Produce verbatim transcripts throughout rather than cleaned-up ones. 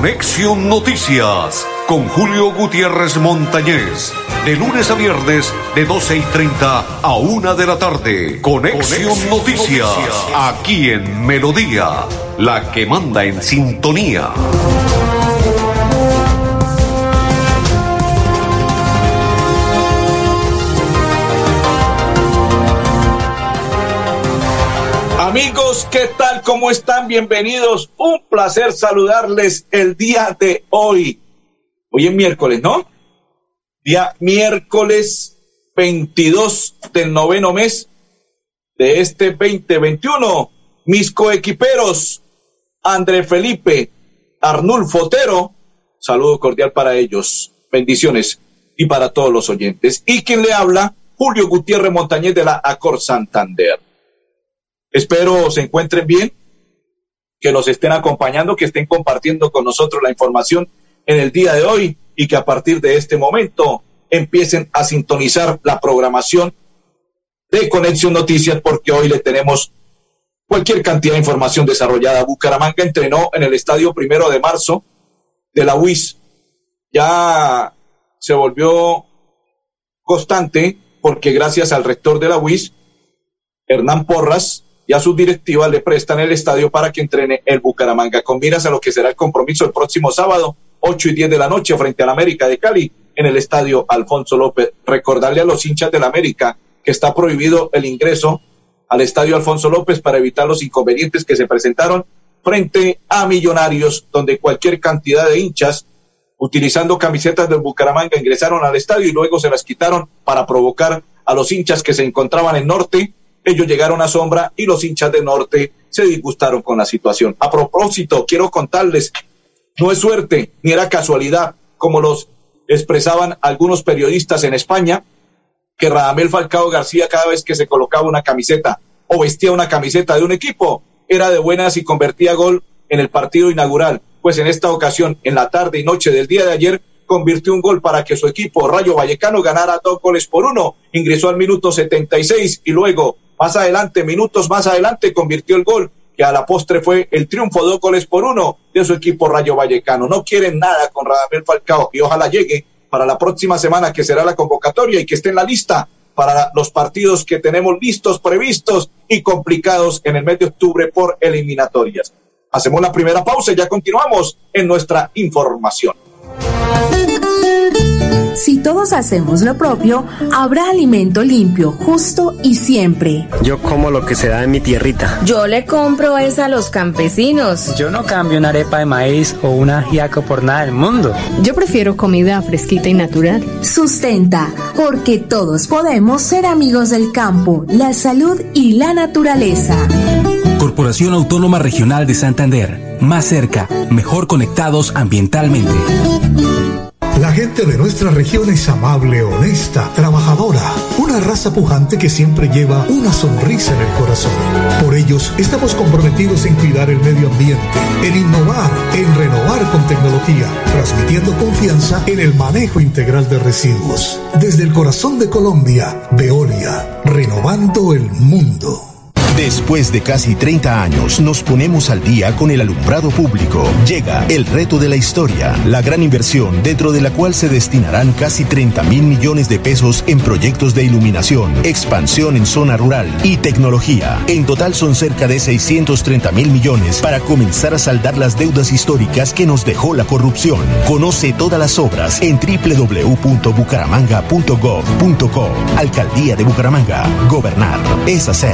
Conexión Noticias con Julio Gutiérrez Montañez. De lunes a viernes de doce y treinta a una de la tarde. Conexión, Conexión Noticias, Noticias, aquí en Melodía, la que manda en sintonía. Amigos, ¿qué tal? ¿Cómo están? Bienvenidos. Un placer saludarles el día de hoy. Hoy es miércoles, ¿no? Día miércoles veintidós del noveno mes de este veinte veintiuno. Mis coequiperos, André Felipe, Arnulfo Otero, saludo cordial para ellos. Bendiciones y para todos los oyentes. Y quien le habla, Julio Gutiérrez Montañez de la Acor Santander. Espero se encuentren bien, que nos estén acompañando, que estén compartiendo con nosotros la información en el día de hoy y que a partir de este momento empiecen a sintonizar la programación de Conexión Noticias, porque hoy le tenemos cualquier cantidad de información desarrollada. Bucaramanga entrenó en el estadio Primero de Marzo de la U I S. Ya se volvió constante porque gracias al rector de la U I S, Hernán Porras, y a sus directivas le prestan el estadio para que entrene el Bucaramanga, con miras a lo que será el compromiso el próximo sábado, ocho y diez de la noche, frente al América de Cali, en el estadio Alfonso López. Recordarle a los hinchas del América que está prohibido el ingreso al estadio Alfonso López para evitar los inconvenientes que se presentaron frente a Millonarios, donde cualquier cantidad de hinchas, utilizando camisetas del Bucaramanga, ingresaron al estadio y luego se las quitaron para provocar a los hinchas que se encontraban en Norte. Ellos llegaron a Sombra y los hinchas de Norte se disgustaron con la situación. A propósito, quiero contarles, no es suerte ni era casualidad, como los expresaban algunos periodistas en España, que Radamel Falcao García, cada vez que se colocaba una camiseta o vestía una camiseta de un equipo, era de buenas y convertía gol en el partido inaugural. Pues en esta ocasión, en la tarde y noche del día de ayer, convirtió un gol para que su equipo Rayo Vallecano ganara dos goles por uno. Ingresó al minuto setenta y seis y luego, más adelante, minutos más adelante, convirtió el gol, que a la postre fue el triunfo, dos goles por uno de su equipo Rayo Vallecano. No quieren nada con Radamel Falcao y ojalá llegue para la próxima semana, que será la convocatoria, y que esté en la lista para los partidos que tenemos listos, previstos y complicados en el mes de octubre por eliminatorias. Hacemos la primera pausa y ya continuamos en nuestra información. Si todos hacemos lo propio, habrá alimento limpio, justo y siempre. Yo como lo que se da en mi tierrita. Yo le compro es a los campesinos. Yo no cambio una arepa de maíz o un ajiaco por nada del mundo. Yo prefiero comida fresquita y natural. Sustenta, porque todos podemos ser amigos del campo, la salud y la naturaleza. Corporación Autónoma Regional de Santander. Más cerca, mejor conectados ambientalmente. La gente de nuestra región es amable, honesta, trabajadora, una raza pujante que siempre lleva una sonrisa en el corazón. Por ellos estamos comprometidos en cuidar el medio ambiente, en innovar, en renovar con tecnología, transmitiendo confianza en el manejo integral de residuos. Desde el corazón de Colombia, Veolia, renovando el mundo. Después de casi treinta años, nos ponemos al día con el alumbrado público. Llega el reto de la historia, la gran inversión dentro de la cual se destinarán casi treinta mil millones de pesos en proyectos de iluminación, expansión en zona rural y tecnología. En total son cerca de seiscientos treinta mil millones para comenzar a saldar las deudas históricas que nos dejó la corrupción. Conoce todas las obras en doble u doble u doble u punto bucaramanga punto gov punto co. Alcaldía de Bucaramanga. Gobernar es hacer.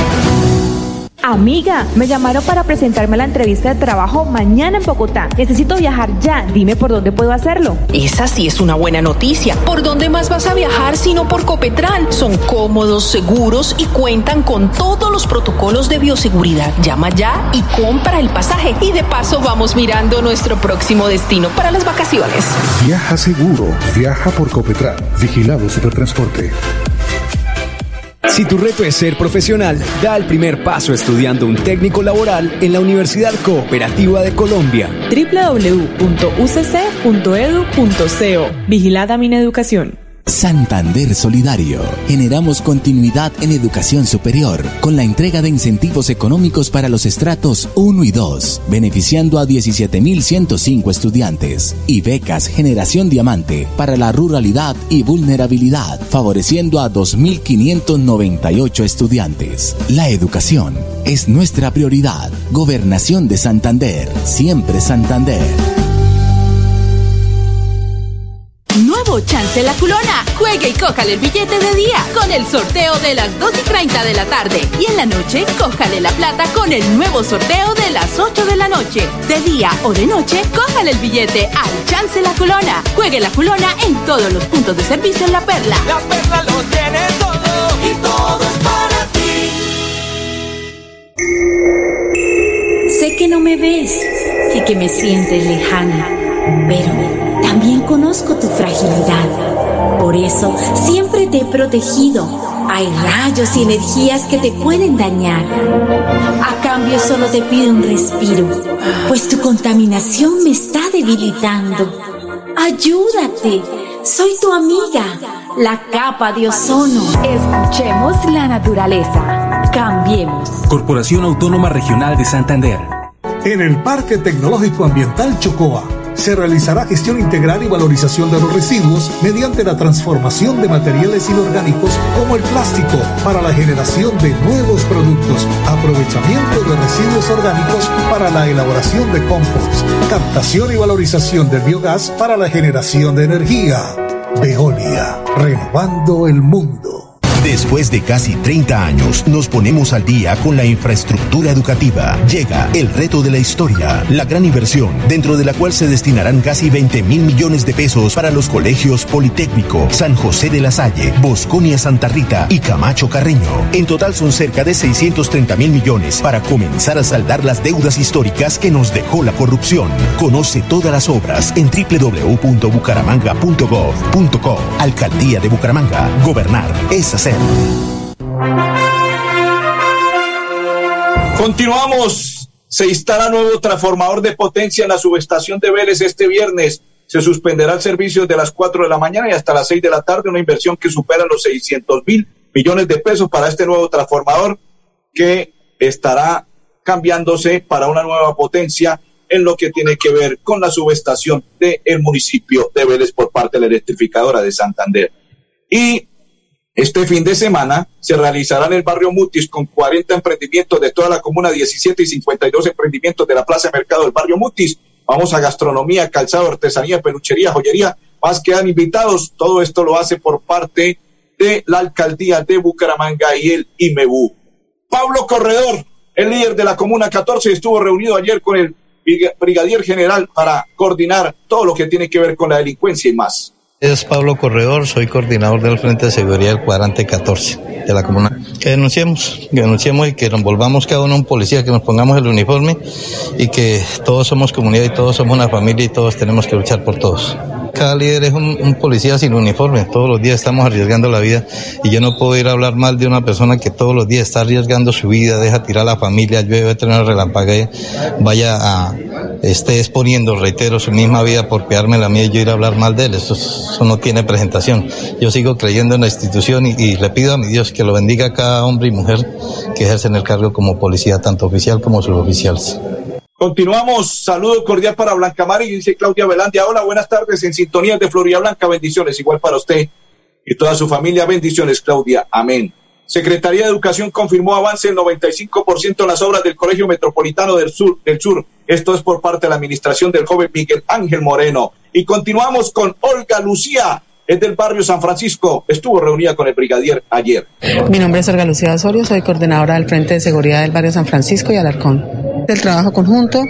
Amiga, me llamaron para presentarme a la entrevista de trabajo mañana en Bogotá. Necesito viajar ya. Dime por dónde puedo hacerlo. Esa sí es una buena noticia. ¿Por dónde más vas a viajar sino por Copetran? Son cómodos, seguros y cuentan con todos los protocolos de bioseguridad. Llama ya y compra el pasaje. Y de paso vamos mirando nuestro próximo destino para las vacaciones. Viaja seguro. Viaja por Copetran. Vigilado Supertransporte. Si tu reto es ser profesional, da el primer paso estudiando un técnico laboral en la Universidad Cooperativa de Colombia. doble u doble u doble u punto u c c punto e d u punto c o. Vigilada Mineducación. Santander Solidario. Generamos continuidad en educación superior con la entrega de incentivos económicos para los estratos uno y dos, beneficiando a diecisiete mil ciento cinco estudiantes, y becas Generación Diamante para la ruralidad y vulnerabilidad, favoreciendo a dos mil quinientos noventa y ocho estudiantes. La educación es nuestra prioridad. Gobernación de Santander, siempre Santander. Nuevo Chance La Culona. Juegue y cójale el billete de día con el sorteo de las dos y treinta de la tarde. Y en la noche, cójale la plata con el nuevo sorteo de las ocho de la noche. De día o de noche, cójale el billete al Chance La Culona. Juegue La Culona en todos los puntos de servicio en La Perla. La Perla lo tiene todo y todo es para ti. Sé que no me ves y que me sientes lejana, pero también conozco tu fragilidad. Por eso siempre te he protegido. Hay rayos y energías que te pueden dañar. A cambio solo te pido un respiro, pues tu contaminación me está debilitando. Ayúdate. Soy tu amiga, la capa de ozono. Escuchemos la naturaleza. Cambiemos. Corporación Autónoma Regional de Santander. En el Parque Tecnológico Ambiental Chocoa se realizará gestión integral y valorización de los residuos mediante la transformación de materiales inorgánicos como el plástico para la generación de nuevos productos, aprovechamiento de residuos orgánicos para la elaboración de compost, captación y valorización del biogás para la generación de energía. Veolia, renovando el mundo. Después de casi treinta años, nos ponemos al día con la infraestructura educativa. Llega el reto de la historia, la gran inversión, dentro de la cual se destinarán casi veinte mil millones de pesos para los colegios Politécnico, San José de la Salle, Bosconia Santa Rita y Camacho Carreño. En total son cerca de seiscientos treinta mil millones para comenzar a saldar las deudas históricas que nos dejó la corrupción. Conoce todas las obras en doble u doble u doble u punto bucaramanga punto gov punto co. Alcaldía de Bucaramanga. Gobernar es hacer. Continuamos. Se instala nuevo transformador de potencia en la subestación de Vélez este viernes. Se suspenderá el servicio de las cuatro de la mañana y hasta las seis de la tarde, una inversión que supera los seiscientos mil millones de pesos para este nuevo transformador que estará cambiándose para una nueva potencia en lo que tiene que ver con la subestación del municipio de Vélez por parte de la electrificadora de Santander. Y este fin de semana se realizará en el barrio Mutis con cuarenta emprendimientos de toda la comuna, diecisiete y cincuenta y dos emprendimientos de la Plaza Mercado del barrio Mutis. Vamos a gastronomía, calzado, artesanía, peluchería, joyería, más quedan invitados. Todo esto lo hace por parte de la Alcaldía de Bucaramanga y el IMEBU. Pablo Corredor, el líder de la Comuna catorce, estuvo reunido ayer con el brigadier general para coordinar todo lo que tiene que ver con la delincuencia y más. Es Pablo Corredor, soy coordinador del Frente de Seguridad del cuadrante catorce de la comuna. Que denunciemos, que denunciemos y que nos volvamos cada uno un policía, que nos pongamos el uniforme y que todos somos comunidad y todos somos una familia y todos tenemos que luchar por todos. Cada líder es un, un policía sin uniforme, todos los días estamos arriesgando la vida y yo no puedo ir a hablar mal de una persona que todos los días está arriesgando su vida, deja tirar a la familia, llueve, tener una relampaguea, vaya a, esté exponiendo, reitero, su misma vida por pegarme la mía y yo ir a hablar mal de él. Eso, eso no tiene presentación. Yo sigo creyendo en la institución y, y le pido a mi Dios que lo bendiga a cada hombre y mujer que ejercen el cargo como policía, tanto oficial como suboficiales. Continuamos. Saludo cordial para Blanca Mari, dice Claudia Velandia. Hola, buenas tardes en sintonía de Florida Blanca. Bendiciones, igual para usted y toda su familia. Bendiciones, Claudia. Amén. Secretaría de Educación confirmó avance del noventa y cinco por ciento en las obras del Colegio Metropolitano del Sur, del Sur. Esto es por parte de la administración del joven Miguel Ángel Moreno. Y continuamos con Olga Lucía, es del barrio San Francisco. Estuvo reunida con el brigadier ayer. Mi nombre es Olga Lucía Osorio, soy coordinadora del Frente de Seguridad del barrio San Francisco y Alarcón. El trabajo conjunto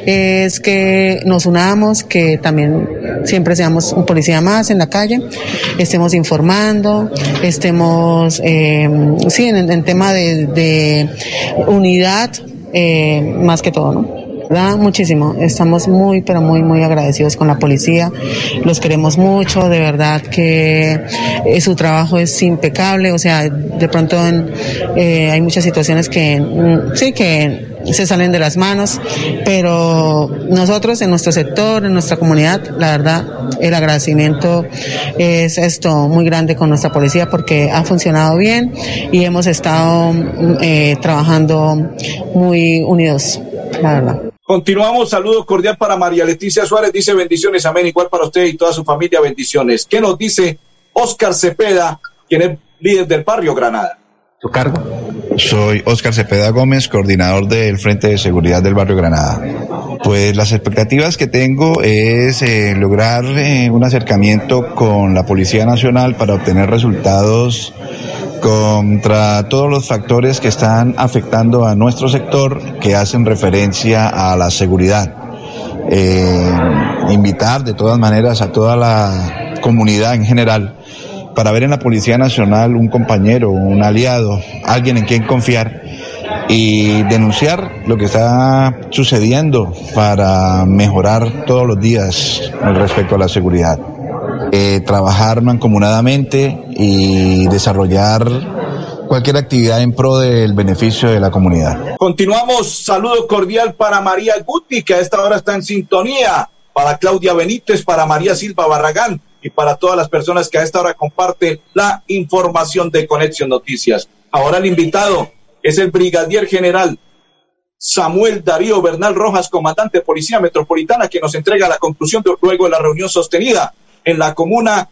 es que nos unamos, que también siempre seamos un policía más en la calle, estemos informando, estemos, eh, sí, en, en tema de, de unidad, eh, más que todo, ¿no? ¿Verdad? Muchísimo, estamos muy pero muy muy agradecidos con la policía, los queremos mucho, de verdad que eh, su trabajo es impecable, o sea, de pronto en, eh, hay muchas situaciones que mm, sí que se salen de las manos, pero nosotros en nuestro sector, en nuestra comunidad, la verdad, el agradecimiento es esto muy grande con nuestra policía porque ha funcionado bien y hemos estado eh, trabajando muy unidos, la verdad. Continuamos, saludo cordial para María Leticia Suárez, dice bendiciones, amén, igual para usted y toda su familia, bendiciones. ¿Qué nos dice Óscar Cepeda, quien es líder del barrio Granada? ¿Su cargo? Soy Óscar Cepeda Gómez, coordinador del Frente de Seguridad del barrio Granada. Pues las expectativas que tengo es eh, lograr eh, un acercamiento con la Policía Nacional para obtener resultados contra todos los factores que están afectando a nuestro sector que hacen referencia a la seguridad. Eh, invitar de todas maneras a toda la comunidad en general para ver en la Policía Nacional un compañero, un aliado, alguien en quien confiar y denunciar lo que está sucediendo para mejorar todos los días respecto a la seguridad. Eh, trabajar mancomunadamente y desarrollar cualquier actividad en pro del beneficio de la comunidad. Continuamos, saludo cordial para María Guti, que a esta hora está en sintonía, para Claudia Benítez, para María Silva Barragán y para todas las personas que a esta hora comparten la información de Conexión Noticias. Ahora el invitado es el brigadier general Samuel Darío Bernal Rojas, comandante de Policía Metropolitana, que nos entrega la conclusión de, luego de la reunión sostenida en la comuna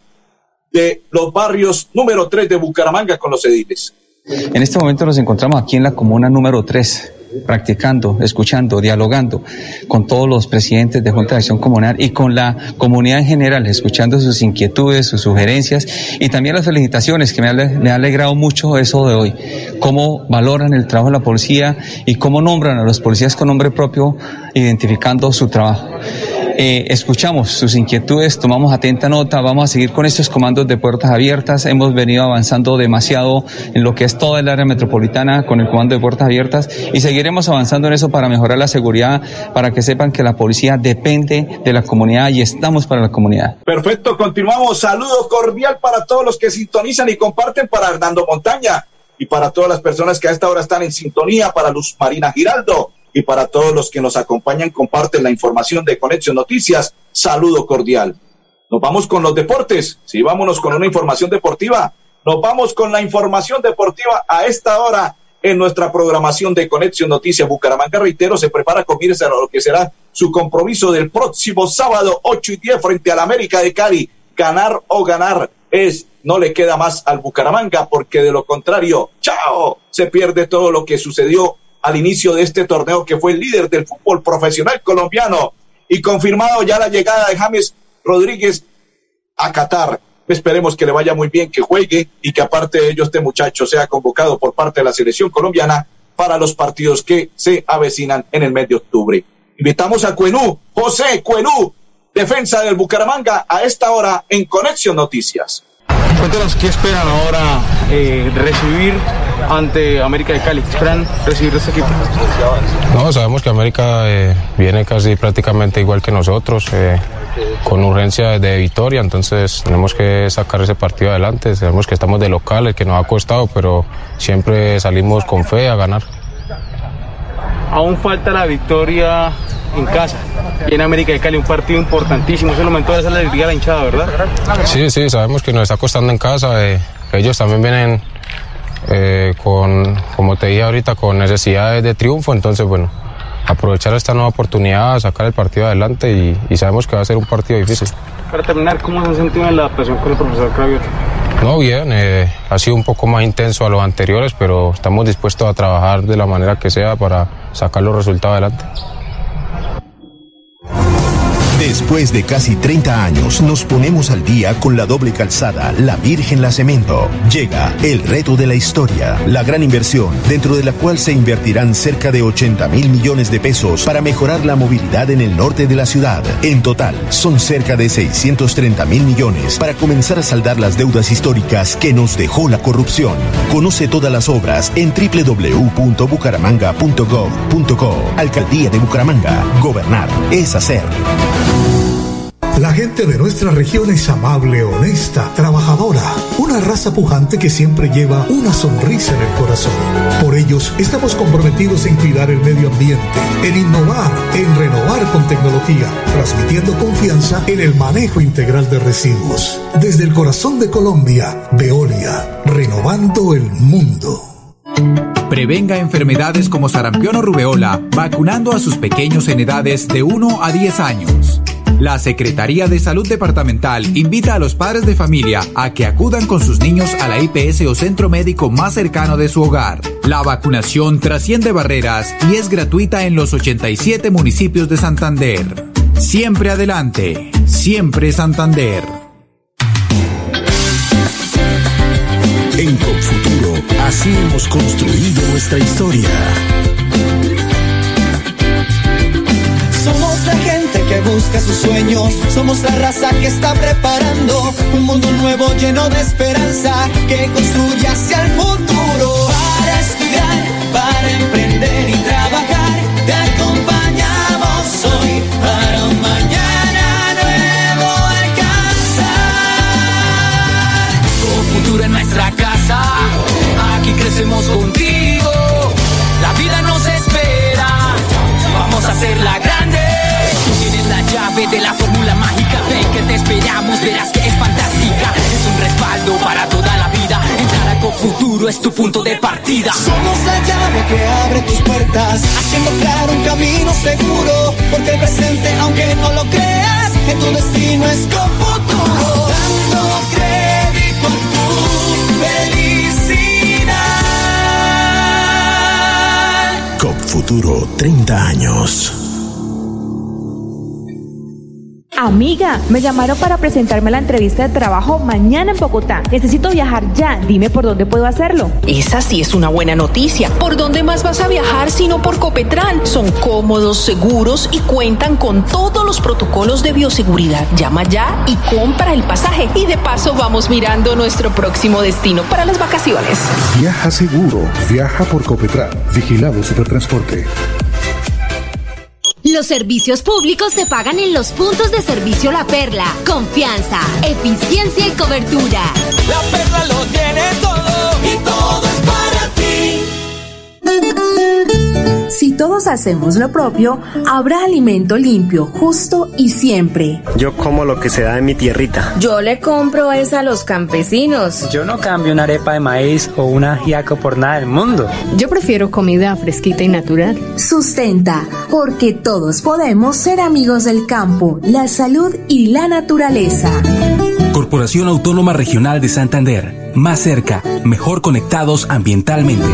de los barrios número tres de Bucaramanga con los ediles. En este momento nos encontramos aquí en la comuna número tres, practicando, escuchando, dialogando con todos los presidentes de Junta de Acción Comunal y con la comunidad en general, escuchando sus inquietudes, sus sugerencias y también las felicitaciones, que me ha, me ha alegrado mucho eso de hoy, cómo valoran el trabajo de la policía y cómo nombran a los policías con nombre propio, identificando su trabajo. Eh, escuchamos sus inquietudes, tomamos atenta nota, vamos a seguir con estos comandos de puertas abiertas, hemos venido avanzando demasiado en lo que es toda el área metropolitana con el comando de puertas abiertas y seguiremos avanzando en eso para mejorar la seguridad, para que sepan que la policía depende de la comunidad y estamos para la comunidad. Perfecto, continuamos, saludo cordial para todos los que sintonizan y comparten, para Hernando Montaña y para todas las personas que a esta hora están en sintonía, para Luz Marina Giraldo y para todos los que nos acompañan, comparten la información de Conexión Noticias. Saludo cordial. Nos vamos con los deportes. Sí, vámonos con una información deportiva. Nos vamos con la información deportiva a esta hora en nuestra programación de Conexión Noticias. Bucaramanga, reitero, se prepara con miras a lo que será su compromiso del próximo sábado ocho y diez frente al América de Cali. Ganar o ganar es, no le queda más al Bucaramanga, porque de lo contrario, chao, se pierde todo lo que sucedió al inicio de este torneo, que fue el líder del fútbol profesional colombiano, y confirmado ya la llegada de James Rodríguez a Qatar. Esperemos que le vaya muy bien, que juegue y que aparte de ello este muchacho sea convocado por parte de la selección colombiana para los partidos que se avecinan en el mes de octubre. Invitamos a Cuenú, José Cuenú, defensa del Bucaramanga, a esta hora en Conexión Noticias. Cuéntanos qué esperan ahora eh, recibir ante América de Cali. ¿Qué esperan recibir de este equipo? No, sabemos que América eh, viene casi prácticamente igual que nosotros, eh, con urgencia de victoria, entonces tenemos que sacar ese partido adelante. Sabemos que estamos de locales, que nos ha costado, pero siempre salimos con fe a ganar. Aún falta la victoria en casa, y en América de Cali, un partido importantísimo. Es el momento de hacer la alegría a la hinchada, ¿verdad? Sí, sí, sabemos que nos está costando en casa, eh, ellos también vienen eh, con, como te dije ahorita, con necesidades de triunfo, entonces bueno, aprovechar esta nueva oportunidad, sacar el partido adelante y, y sabemos que va a ser un partido difícil. Para terminar, ¿cómo se han sentido en la adaptación con el profesor Cravioto? No, bien, eh, ha sido un poco más intenso a los anteriores, pero estamos dispuestos a trabajar de la manera que sea para sacar los resultados adelante. Después de casi treinta años, nos ponemos al día con la doble calzada La Virgen La Cemento. Llega el reto de la historia, la gran inversión, dentro de la cual se invertirán cerca de ochenta mil millones de pesos para mejorar la movilidad en el norte de la ciudad. En total, son cerca de seiscientos treinta mil millones para comenzar a saldar las deudas históricas que nos dejó la corrupción. Conoce todas las obras en doble u doble u doble u punto bucaramanga punto gov punto co. Alcaldía de Bucaramanga. Gobernar es hacer. La gente de nuestra región es amable, honesta, trabajadora, una raza pujante que siempre lleva una sonrisa en el corazón. Por ellos estamos comprometidos en cuidar el medio ambiente, en innovar, en renovar con tecnología, transmitiendo confianza en el manejo integral de residuos. Desde el corazón de Colombia, Veolia, renovando el mundo. Prevenga enfermedades como sarampión o rubeola vacunando a sus pequeños en edades de uno a diez años. La Secretaría de Salud Departamental invita a los padres de familia a que acudan con sus niños a la I P S o centro médico más cercano de su hogar. La vacunación trasciende barreras y es gratuita en los ochenta y siete municipios de Santander. Siempre adelante, siempre Santander. En Confuturo, así hemos construido nuestra historia. Somos la gente que busca sus sueños, somos la raza que está preparando un mundo nuevo lleno de esperanza que construye hacia el futuro. Para estudiar, para emprender y trabajar, te acompañamos hoy para un mañana nuevo alcanzar. Con futuro en nuestra casa, aquí crecemos contigo, la vida nos espera, vamos a hacerla grande. Tú tienes la llave de la fórmula mágica, ven que te esperamos, verás que es fantástica, es un respaldo para toda la vida, entrar a Confuturo es tu punto de partida. Somos la llave que abre tus puertas, haciendo claro un camino seguro, porque el presente, aunque no lo creas, en tu destino es Confuturo, dando crédito a tu felicidad. Confuturo, treinta años. Amiga, me llamaron para presentarme a la entrevista de trabajo mañana en Bogotá. Necesito viajar ya. Dime por dónde puedo hacerlo. Esa sí es una buena noticia. ¿Por dónde más vas a viajar sino por Copetran? Son cómodos, seguros y cuentan con todos los protocolos de bioseguridad. Llama ya y compra el pasaje. Y de paso vamos mirando nuestro próximo destino para las vacaciones. Viaja seguro. Viaja por Copetran. Vigilado Supertransporte. Los servicios públicos se pagan en los puntos de servicio La Perla. Confianza, eficiencia y cobertura. La Perla lo tiene todo y todo es para ti. Si todos hacemos lo propio, habrá alimento limpio, justo y siempre. Yo como lo que se da en mi tierrita. Yo le compro es a los campesinos. Yo no cambio una arepa de maíz o un ajiaco por nada del mundo. Yo prefiero comida fresquita y natural. Sustenta, porque todos podemos ser amigos del campo, la salud y la naturaleza. Corporación Autónoma Regional de Santander. Más cerca, mejor conectados ambientalmente.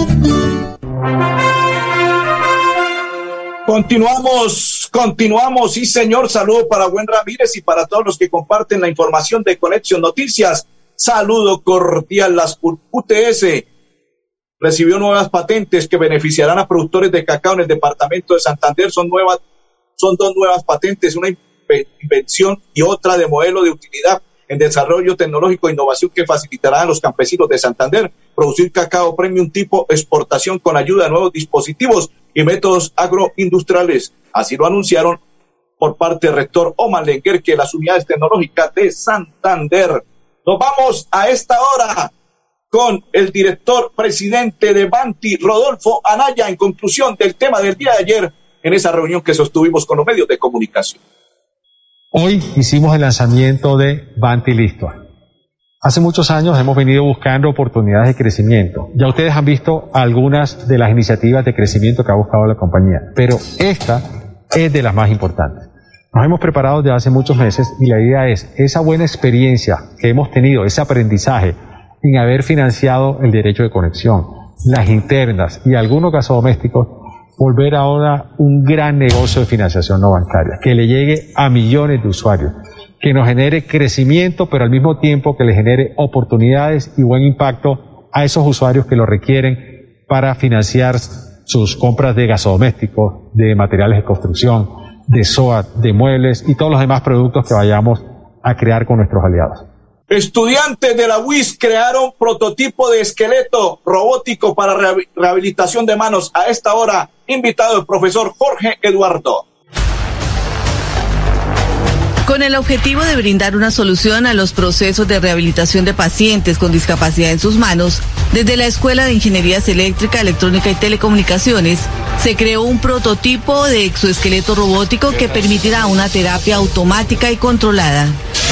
Continuamos, continuamos, sí señor, saludo para Buen Ramírez y para todos los que comparten la información de Conexión Noticias. Saludo cordial. Las U T S recibió nuevas patentes que beneficiarán a productores de cacao en el departamento de Santander. Son nuevas, son dos nuevas patentes, una invención y otra de modelo de utilidad en desarrollo tecnológico e innovación que facilitará a los campesinos de Santander producir cacao premium tipo exportación con ayuda de nuevos dispositivos y métodos agroindustriales. Así lo anunciaron por parte del rector Omar Lenguer, que las unidades tecnológicas de Santander. Nos vamos a esta hora con el director presidente de Banti, Rodolfo Anaya, en conclusión del tema del día de ayer en esa reunión que sostuvimos con los medios de comunicación. Hoy hicimos el lanzamiento de Banti Listua. Hace muchos años hemos venido buscando oportunidades de crecimiento. Ya ustedes han visto algunas de las iniciativas de crecimiento que ha buscado la compañía, pero esta es de las más importantes. Nos hemos preparado desde hace muchos meses y la idea es esa buena experiencia que hemos tenido, ese aprendizaje en haber financiado el derecho de conexión, las internas y algunos gasodomésticos, volver ahora un gran negocio de financiación no bancaria, que le llegue a millones de usuarios, que nos genere crecimiento, pero al mismo tiempo que le genere oportunidades y buen impacto a esos usuarios que lo requieren para financiar sus compras de gasodomésticos, de materiales de construcción, de S O A T, de muebles y todos los demás productos que vayamos a crear con nuestros aliados. Estudiantes de la U I S crearon prototipo de esqueleto robótico para rehabilitación de manos. A esta hora, invitado el profesor Jorge Eduardo. Con el objetivo de brindar una solución a los procesos de rehabilitación de pacientes con discapacidad en sus manos, desde la Escuela de Ingenierías Eléctrica, Electrónica y Telecomunicaciones, se creó un prototipo de exoesqueleto robótico que permitirá una terapia automática y controlada.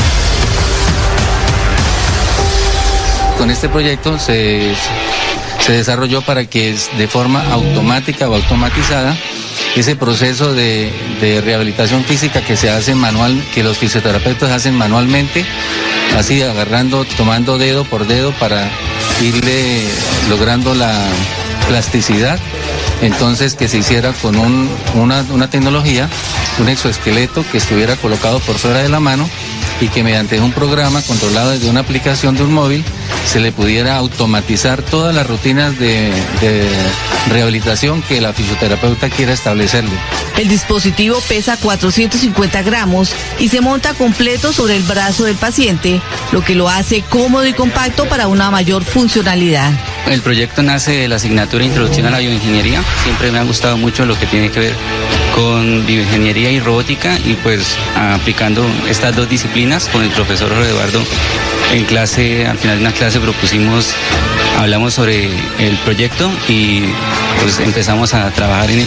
Con este proyecto se, se desarrolló para que de forma automática o automatizada ese proceso de, de rehabilitación física que se hace manual, que los fisioterapeutas hacen manualmente, así agarrando, tomando dedo por dedo para irle logrando la plasticidad, entonces que se hiciera con un, una, una tecnología, un exoesqueleto que estuviera colocado por fuera de la mano y que mediante un programa controlado desde una aplicación de un móvil se le pudiera automatizar todas las rutinas de, de rehabilitación que la fisioterapeuta quiera establecerle. El dispositivo pesa cuatrocientos cincuenta gramos y se monta completo sobre el brazo del paciente, lo que lo hace cómodo y compacto para una mayor funcionalidad. El proyecto nace de la asignatura Introducción a la Bioingeniería. Siempre me ha gustado mucho lo que tiene que ver con bioingeniería y robótica, y pues aplicando estas dos disciplinas con el profesor Jorge Eduardo en clase, al final de una clase propusimos, hablamos sobre el proyecto y pues empezamos a trabajar en él.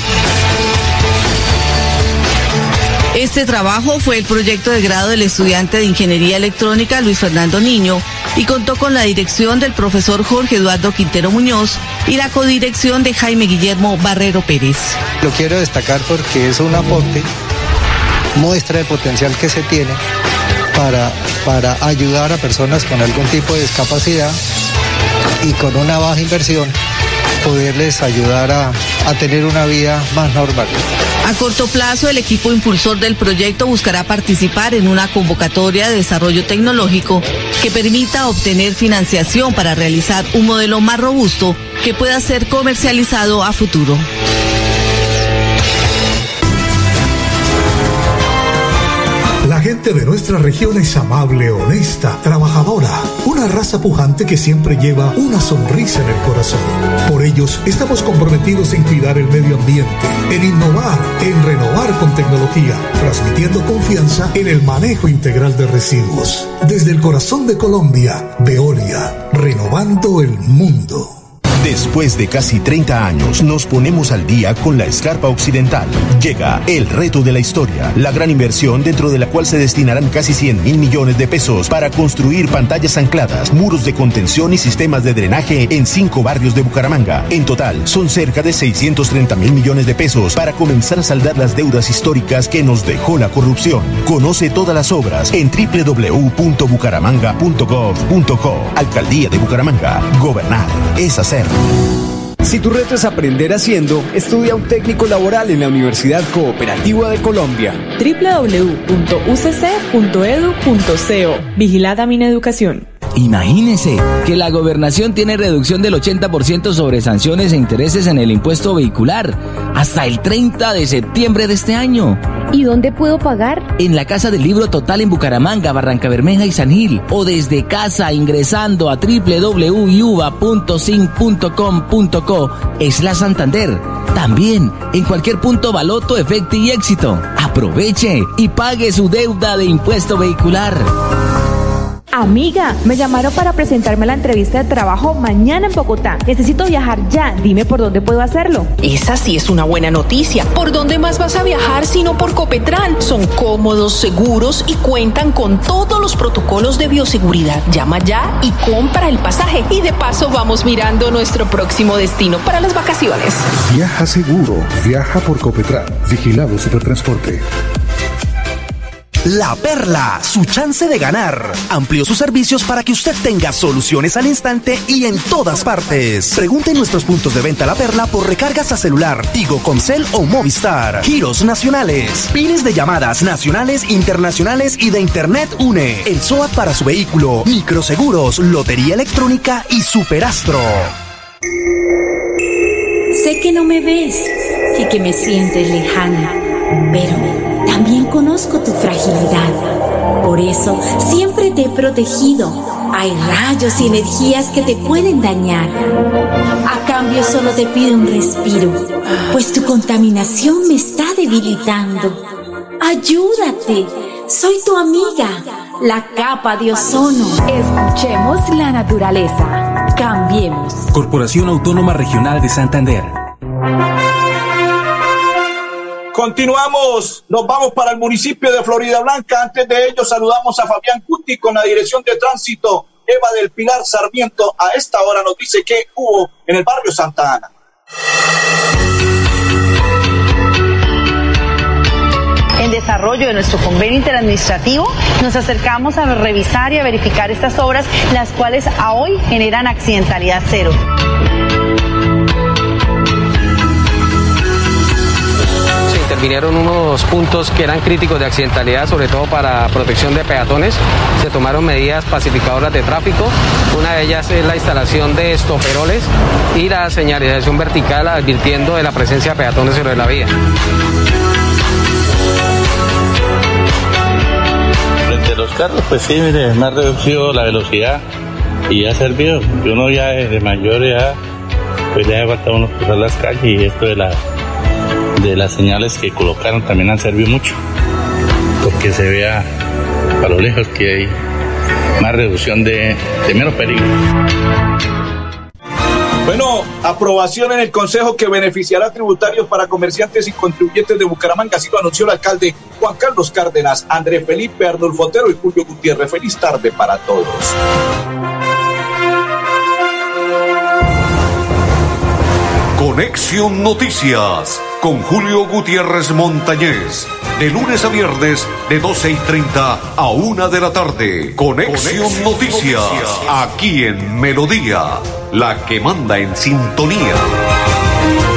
Este trabajo fue el proyecto de grado del estudiante de Ingeniería Electrónica Luis Fernando Niño y contó con la dirección del profesor Jorge Eduardo Quintero Muñoz y la codirección de Jaime Guillermo Barrero Pérez. Lo quiero destacar porque es un aporte, muestra el potencial que se tiene para, para ayudar a personas con algún tipo de discapacidad y con una baja inversión poderles ayudar a, a tener una vida más normal. A corto plazo, el equipo impulsor del proyecto buscará participar en una convocatoria de desarrollo tecnológico que permita obtener financiación para realizar un modelo más robusto que pueda ser comercializado a futuro. La gente de nuestra región es amable, honesta, trabajadora, una raza pujante que siempre lleva una sonrisa en el corazón. Por ellos estamos comprometidos en cuidar el medio ambiente, en innovar, en renovar con tecnología, transmitiendo confianza en el manejo integral de residuos. Desde el corazón de Colombia, Veolia, renovando el mundo. Después de casi treinta años, nos ponemos al día con la Escarpa Occidental. Llega el reto de la historia, la gran inversión dentro de la cual se destinarán casi cien mil millones de pesos para construir pantallas ancladas, muros de contención y sistemas de drenaje en cinco barrios de Bucaramanga. En total, son cerca de seiscientos treinta mil millones de pesos para comenzar a saldar las deudas históricas que nos dejó la corrupción. Conoce todas las obras en doble u doble u doble u punto bucaramanga punto gov punto co. Alcaldía de Bucaramanga. Gobernar es hacer. Si tu reto es aprender haciendo, estudia un técnico laboral en la Universidad Cooperativa de Colombia. doble u doble u doble u punto u c c punto e d u punto co. Vigilada Mineducación. Imagínese que la gobernación tiene reducción del ochenta por ciento sobre sanciones e intereses en el impuesto vehicular hasta el treinta de septiembre de este año. ¿Y dónde puedo pagar? En la Casa del Libro Total en Bucaramanga, Barranca Bermeja y San Gil, o desde casa ingresando a doble u doble u doble u punto yuba punto sin punto com punto co slash Santander. También en cualquier punto Baloto, Efecti y Éxito. Aproveche y pague su deuda de impuesto vehicular. Amiga, me llamaron para presentarme a la entrevista de trabajo mañana en Bogotá. Necesito viajar ya. Dime por dónde puedo hacerlo. Esa sí es una buena noticia. ¿Por dónde más vas a viajar sino por Copetran? Son cómodos, seguros y cuentan con todos los protocolos de bioseguridad. Llama ya y compra el pasaje. Y de paso vamos mirando nuestro próximo destino para las vacaciones. Viaja seguro. Viaja por Copetran. Vigilado Supertransporte. La Perla, su chance de ganar. Amplió sus servicios para que usted tenga soluciones al instante y en todas partes. Pregunte en nuestros puntos de venta La Perla por recargas a celular, Tigo, Comcel o Movistar. Giros nacionales, pines de llamadas nacionales, internacionales y de Internet UNE. El S O A T para su vehículo, microseguros, lotería electrónica y Superastro. Sé que no me ves y que me sientes lejana, pero también conozco tu fragilidad. Por eso siempre te he protegido. Hay rayos y energías que te pueden dañar. A cambio solo te pido un respiro, pues tu contaminación me está debilitando. Ayúdate, soy tu amiga, la capa de ozono. Escuchemos la naturaleza. Cambiemos. Corporación Autónoma Regional de Santander. Continuamos, nos vamos para el municipio de Florida Blanca. Antes de ello saludamos a Fabián Cuti con la dirección de tránsito. Eva del Pilar Sarmiento a esta hora nos dice que hubo en el barrio Santa Ana. En desarrollo de nuestro convenio interadministrativo, nos acercamos a revisar y a verificar estas obras, las cuales a hoy generan accidentalidad cero. Intervinieron unos puntos que eran críticos de accidentalidad, sobre todo para protección de peatones. Se tomaron medidas pacificadoras de tráfico. Una de ellas es la instalación de estoperoles y la señalización vertical advirtiendo de la presencia de peatones sobre la vía. Frente a los carros, pues sí, mire, me ha reducido la velocidad y ha servido, porque uno ya de mayor edad, pues ya aguanta uno cruzar las calles, y esto de la de las señales que colocaron también han servido mucho, porque se vea a lo lejos que hay más reducción de, de menos peligro. Bueno, aprobación en el Consejo que beneficiará tributarios para comerciantes y contribuyentes de Bucaramanga, así lo anunció el alcalde Juan Carlos Cárdenas, André Felipe, Arnulfo Otero y Julio Gutiérrez. Feliz tarde para todos. Conexión Noticias con Julio Gutiérrez Montañez. De lunes a viernes, de doce y treinta a una de la tarde. Conexión, Conexión Noticias, Noticias, aquí en Melodía, la que manda en sintonía.